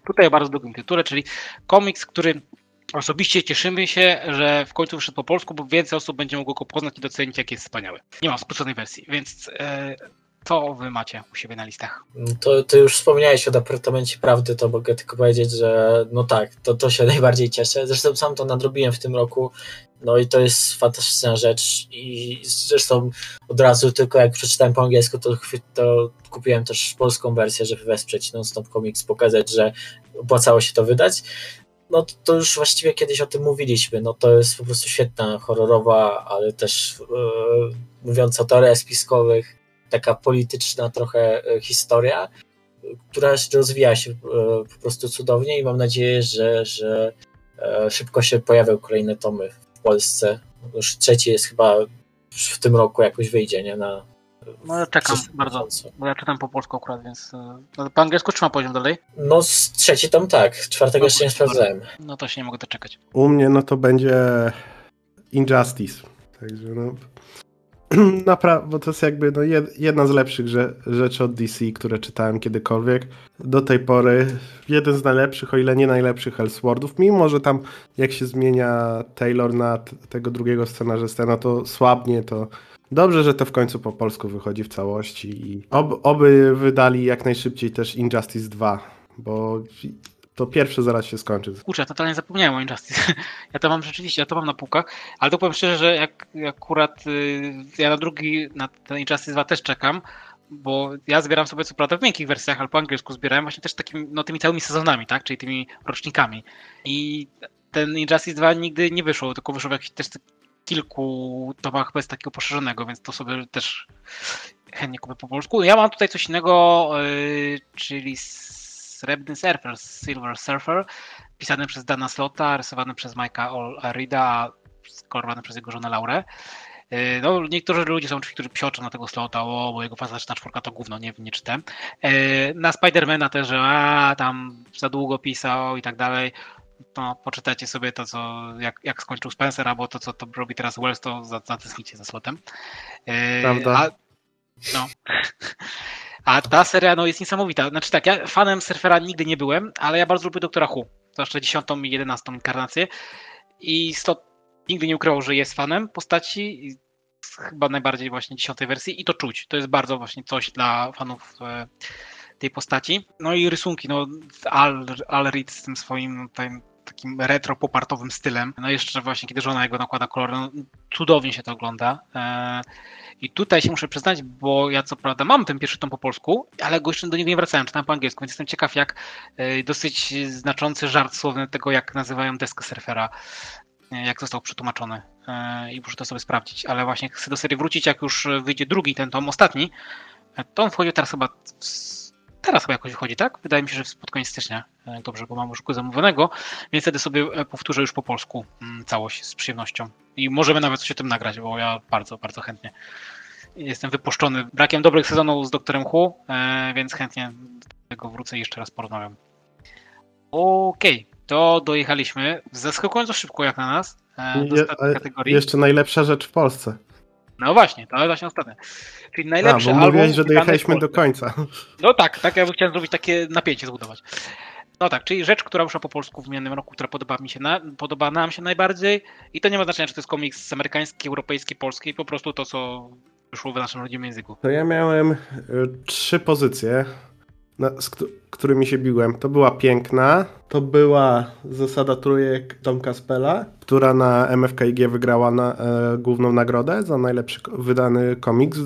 tutaj o bardzo drugim tytule, czyli komiks, który osobiście cieszymy się, że w końcu wyszedł po polsku, bo więcej osób będzie mogło go poznać i docenić, jak jest wspaniały. Nie ma skróconej wersji, więc e, co wy macie u siebie na listach? To, to już wspomniałeś o Departamencie Prawdy, to mogę tylko powiedzieć, że no tak, to, to się najbardziej cieszę. Zresztą sam to nadrobiłem w tym roku, no i to jest fantastyczna rzecz i zresztą od razu tylko jak przeczytałem po angielsku, to, to kupiłem też polską wersję, żeby wesprzeć Non-Stop Comics, pokazać, że opłacało się to wydać. No to, to już właściwie kiedyś o tym mówiliśmy, no to jest po prostu świetna, horrorowa, ale też yy, mówiąc o teoriach spiskowych, taka polityczna trochę historia, która rozwija się po prostu cudownie i mam nadzieję, że, że szybko się pojawią kolejne tomy w Polsce. Już trzeci jest chyba w tym roku jakoś wyjdzie, nie? Na, no ja czekam bardzo, bo ja czytam po polsku akurat, więc no, po angielsku trzyma poziom dalej? No trzeci tom tak, czwartego no, jeszcze nie sprawdzałem. No to się nie mogę doczekać. U mnie no to będzie Injustice, także no naprawdę, bo to jest jakby no jedna z lepszych rzeczy od D C, które czytałem kiedykolwiek. Do tej pory jeden z najlepszych, o ile nie najlepszych Elseworldów, mimo że tam jak się zmienia Taylor na t- tego drugiego scenarzystę, no to słabnie, to dobrze, że to w końcu po polsku wychodzi w całości i ob- oby wydali jak najszybciej też Injustice dwa, bo to pierwsze zaraz się skończy. Kurczę, ja totalnie zapomniałem o Injustice. Ja to mam rzeczywiście, ja to mam na półkach, ale to powiem szczerze, że jak, jak akurat y, ja na drugi, na ten Injustice dwa też czekam, bo ja zbieram sobie co prawda w miękkich wersjach, ale po angielsku zbierałem właśnie też takimi, no tymi całymi sezonami, tak, czyli tymi rocznikami. I ten Injustice dwa nigdy nie wyszło, tylko wyszło w jakichś też kilku tomach bez takiego poszerzonego, więc to sobie też chętnie kupię po polsku. Ja mam tutaj coś innego, y, czyli Srebrny Surfer, Silver Surfer, pisany przez Dana Slotta, rysowany przez Mike'a Allreda, a kolorowany przez jego żonę Laurę. No, niektórzy ludzie są oczywiście, którzy psioczą na tego Slotta, o, bo jego fantastyczna czwórka to gówno, nie, nie czytam. Na Spidermana też, że a, tam za długo pisał i tak dalej. No, poczytajcie sobie to, co, jak, jak skończył Spencer, albo to, co to robi teraz Wells, to zatęsknicie za Slottem. Prawda. A, no. A ta seria no, jest niesamowita. Znaczy tak, ja fanem Surfera nigdy nie byłem, ale ja bardzo lubię Doktora Who. Zwłaszcza dziesiątą i jedenastą inkarnację. I Slott nigdy nie ukrywał, że jest fanem postaci. Chyba najbardziej właśnie dziesiątej wersji. I to czuć. To jest bardzo właśnie coś dla fanów e, tej postaci. No i rysunki. No, Al, Allred z tym swoim tym, takim retro popartowym stylem. No jeszcze właśnie, kiedy żona jego nakłada kolor, no, cudownie się to ogląda. E, I tutaj się muszę przyznać, bo ja co prawda mam ten pierwszy tom po polsku, ale go jeszcze do niego nie wracałem, czytam po angielsku, więc jestem ciekaw, jak e, dosyć znaczący żart słowny tego, jak nazywają deskę surfera, e, jak został przetłumaczony. E, I muszę to sobie sprawdzić, ale właśnie chcę do serii wrócić, jak już wyjdzie drugi, ten tom ostatni. E, to on wchodzi teraz chyba... W, Teraz chyba jakoś wychodzi, tak? Wydaje mi się, że pod koniec stycznia. Dobrze, bo mam już go zamówionego, więc wtedy sobie powtórzę już po polsku całość z przyjemnością. I możemy nawet coś o tym nagrać, bo ja bardzo, bardzo chętnie jestem wypuszczony brakiem dobrych sezonów z Doktorem Who, więc chętnie do tego wrócę i jeszcze raz porozmawiam. Okej, okay, to dojechaliśmy zaskakująco szybko jak na nas do Je, ostatniej kategorii. Jeszcze najlepsza rzecz w Polsce. No właśnie, to jest właśnie ostatnie. Czyli najlepszy A, bo album... mówiłeś, że dojechaliśmy do końca. No tak, tak ja bym chciał zrobić takie napięcie zbudować. No tak, czyli rzecz, która wyszła po polsku w minionym roku, która podoba mi się, na, podoba nam się najbardziej i to nie ma znaczenia, czy to jest komiks amerykański, europejski, polski, po prostu to, co wyszło w naszym rodzimym języku. To ja miałem y, trzy pozycje, na, z k- którymi się biłem. To była Piękna, to była Zasada Trójek Tomka Spela, która na M F K I G wygrała na, e, główną nagrodę za najlepszy wydany komiks,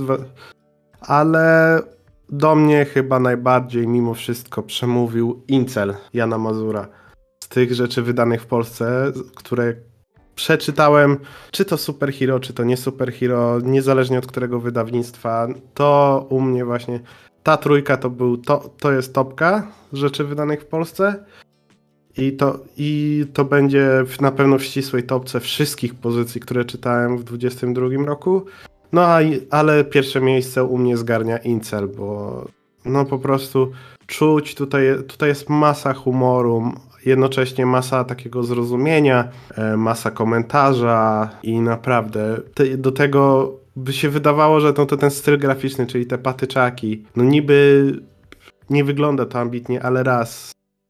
ale do mnie chyba najbardziej mimo wszystko przemówił Incel Jana Mazura. Z tych rzeczy wydanych w Polsce, które przeczytałem, czy to superhero, czy to nie superhero, niezależnie od którego wydawnictwa, to u mnie właśnie ta trójka to był, to, to jest topka rzeczy wydanych w Polsce i to, i to będzie na pewno w ścisłej topce wszystkich pozycji, które czytałem w dwudziestym drugim roku. No a, ale pierwsze miejsce u mnie zgarnia Incel, bo no po prostu czuć, tutaj, tutaj jest masa humoru, jednocześnie masa takiego zrozumienia, masa komentarza i naprawdę te, do tego by się wydawało, że to, to ten styl graficzny, czyli te patyczaki, no niby nie wygląda to ambitnie, ale raz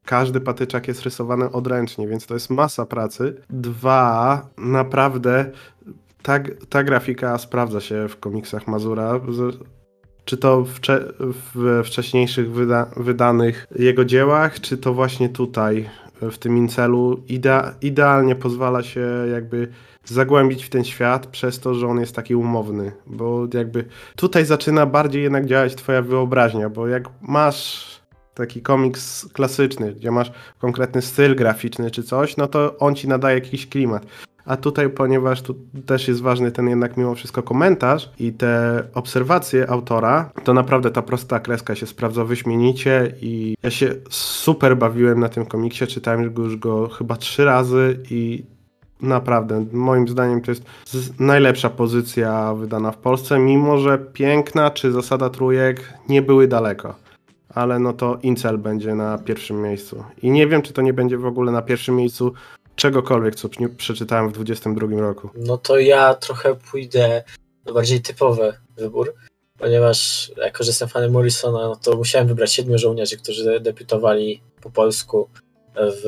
każdy patyczak jest rysowany odręcznie, więc to jest masa pracy. Dwa, naprawdę ta, ta grafika sprawdza się w komiksach Mazura. Czy to wcze, w wcześniejszych wyda, wydanych jego dziełach, czy to właśnie tutaj, w tym Incelu, idea, idealnie pozwala się jakby zagłębić w ten świat przez to, że on jest taki umowny, bo jakby tutaj zaczyna bardziej jednak działać twoja wyobraźnia, bo jak masz taki komiks klasyczny, gdzie masz konkretny styl graficzny czy coś, no to on ci nadaje jakiś klimat. A tutaj, ponieważ tu też jest ważny ten jednak mimo wszystko komentarz i te obserwacje autora, to naprawdę ta prosta kreska się sprawdza wyśmienicie i ja się super bawiłem na tym komiksie, czytałem już go chyba trzy razy i naprawdę, moim zdaniem to jest najlepsza pozycja wydana w Polsce, mimo że Piękna czy Zasada Trójek nie były daleko. Ale no to Incel będzie na pierwszym miejscu. I nie wiem, czy to nie będzie w ogóle na pierwszym miejscu czegokolwiek, co przeczytałem w dwudziestym drugim roku. No to ja trochę pójdę na bardziej typowy wybór, ponieważ jako, że jestem fanem Morrisona, no to musiałem wybrać Siedmiu Żołnierzy, którzy debiutowali po polsku w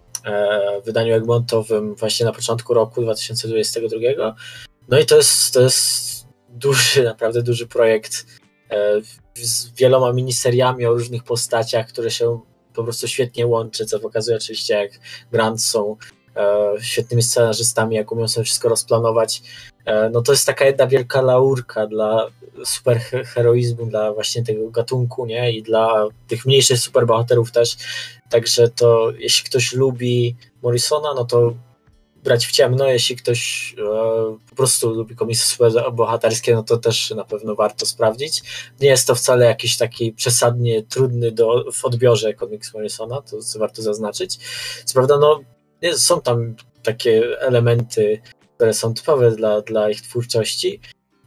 e, wydaniu egmontowym właśnie na początku roku dwa tysiące dwudziestego drugiego. No i to jest, to jest duży, naprawdę duży projekt e, z wieloma miniseriami o różnych postaciach, które się po prostu świetnie łączy, co pokazuje oczywiście, jak Grant są e, świetnymi scenarzystami, jak umią sobie wszystko rozplanować. E, no to jest taka jedna wielka laurka dla superheroizmu, dla właśnie tego gatunku, nie? I dla tych mniejszych superbohaterów też. Także to jeśli ktoś lubi Morrisona, no to brać w ciemno, jeśli ktoś e, po prostu lubi komiksy superbohaterskie, no to też na pewno warto sprawdzić. Nie jest to wcale jakiś taki przesadnie trudny do, w odbiorze komiks Morrisona, to co warto zaznaczyć. Co prawda, no jest, są tam takie elementy, które są typowe dla, dla ich twórczości,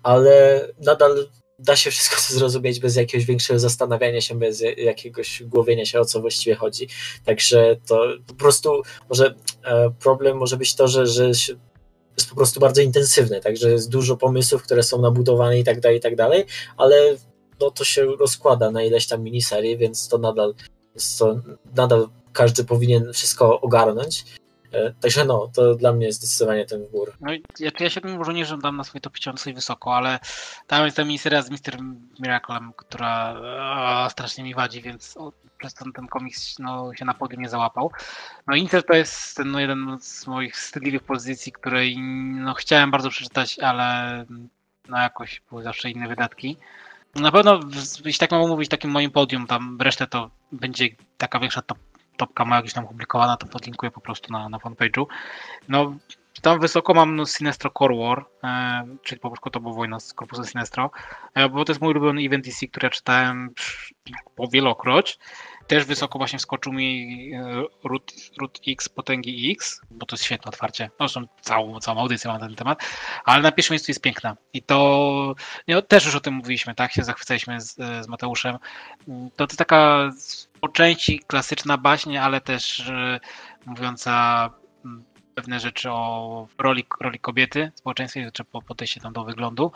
ale nadal da się wszystko to zrozumieć bez jakiegoś większego zastanawiania się, bez jakiegoś głowienia się, o co właściwie chodzi. Także to po prostu może e, problem może być to, że, że jest po prostu bardzo intensywny, także jest dużo pomysłów, które są nabudowane i tak dalej, i tak dalej, ale no, to się rozkłada na ileś tam miniserii, więc to nadal, to nadal każdy powinien wszystko ogarnąć. Także no, to dla mnie jest zdecydowanie ten wybór. No i ja, ja Siedmiu Żołnierzy dam na swój top tysiąc dosyć wysoko, ale tam jest ta miniseria z mister Miraclem, która o, strasznie mi wadzi, więc o, przez ten, ten komiks no, się na podium nie załapał. No Incel to jest ten, no, jeden z moich wstydliwych pozycji, której no, chciałem bardzo przeczytać, ale no, jakoś były zawsze inne wydatki. Na pewno, jeśli tak mam mówić, takim moim podium, tam resztę to będzie taka większa top topka ma jakieś tam publikowana, to podlinkuję po prostu na, na fanpage'u. No, tam wysoko mam no, Sinestro Core War, e, czyli po polsku to była wojna z korpusem Sinestro, e, bo to jest mój ulubiony event D C, który ja czytałem po wielokroć. Też wysoko właśnie wskoczył mi Root, Root X Potęgi X, bo to jest świetne otwarcie. Zresztą całą, całą audycję mam na ten temat, ale na pierwszym miejscu jest Piękna. I to no, też już o tym mówiliśmy, tak? Się zachwycaliśmy z, z Mateuszem. To jest taka po części klasyczna baśń, ale też y, mówiąca pewne rzeczy o roli, roli kobiety w społeczeństwie, czy po podejście tam do wyglądu.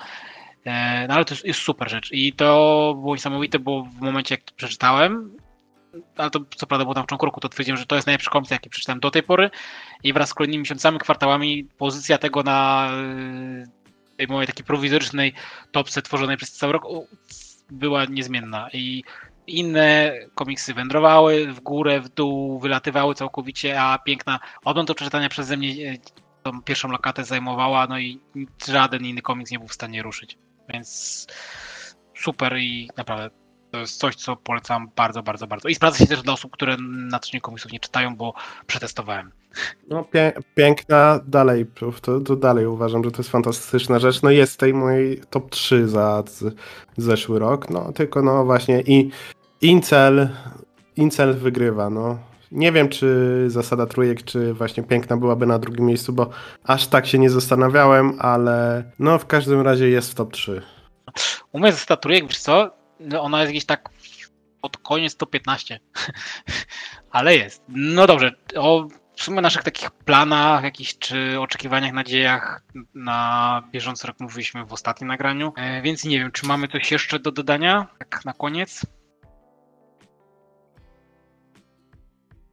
E, no ale to jest, jest super rzecz. I to było niesamowite, bo w momencie jak to przeczytałem, ale to co prawda było tam w początku roku, to twierdziłem, że to jest najlepszy komiks, jaki przeczytałem do tej pory i wraz z kolejnymi miesiącami, kwartałami pozycja tego na tej mojej takiej prowizorycznej topce tworzonej przez cały rok była niezmienna i inne komiksy wędrowały w górę, w dół, wylatywały całkowicie, a Piękna od momentu przeczytania przeze mnie tą pierwszą lokatę zajmowała, no i żaden inny komiks nie był w stanie ruszyć, więc super i naprawdę to jest coś, co polecam bardzo, bardzo, bardzo. I sprawdza się też dla osób, które na co dzień komiksów nie czytają, bo przetestowałem. No pie- Piękna, dalej, to, to dalej uważam, że to jest fantastyczna rzecz. No jest w tej mojej top trzy za z, zeszły rok, no tylko no właśnie i Incel, Incel wygrywa, no. Nie wiem, czy Zasada Trójek, czy właśnie Piękna byłaby na drugim miejscu, bo aż tak się nie zastanawiałem, ale no w każdym razie jest w top trzy. U mnie Zasada Trójek, wiesz co, ona jest gdzieś tak pod koniec top piętnaście, ale jest. No dobrze, o w sumie naszych takich planach, jakichś czy oczekiwaniach, nadziejach na bieżący rok mówiliśmy w ostatnim nagraniu, e, więc nie wiem, czy mamy coś jeszcze do dodania, tak na koniec?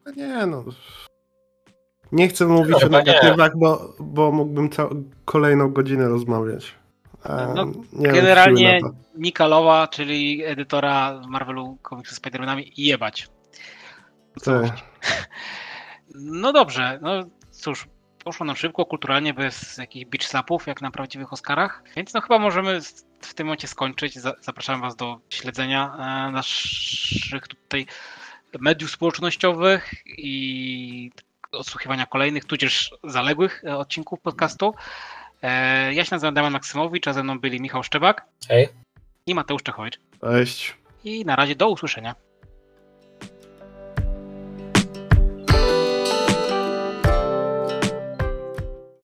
Nie no. Nie chcę mówić No, o chyba nie. negatywach, bo, bo mógłbym ca- kolejną godzinę rozmawiać. A No, nie generalnie mam siły na to. Nicka Lowa, czyli edytora w Marvelu komiksu z Spider-Manami, jebać. W całości. No dobrze, no cóż, poszło nam szybko, kulturalnie, bez jakichś beach slapów, jak na prawdziwych Oscarach, więc no chyba możemy w tym momencie skończyć. Zapraszam Was do śledzenia naszych tutaj mediów społecznościowych i odsłuchiwania kolejnych, tudzież zaległych odcinków podcastu. Ja się nazywam Damian Maksymowicz, a ze mną byli Michał Szczebak Hej. i Mateusz Czechowicz. Cześć. I na razie do usłyszenia.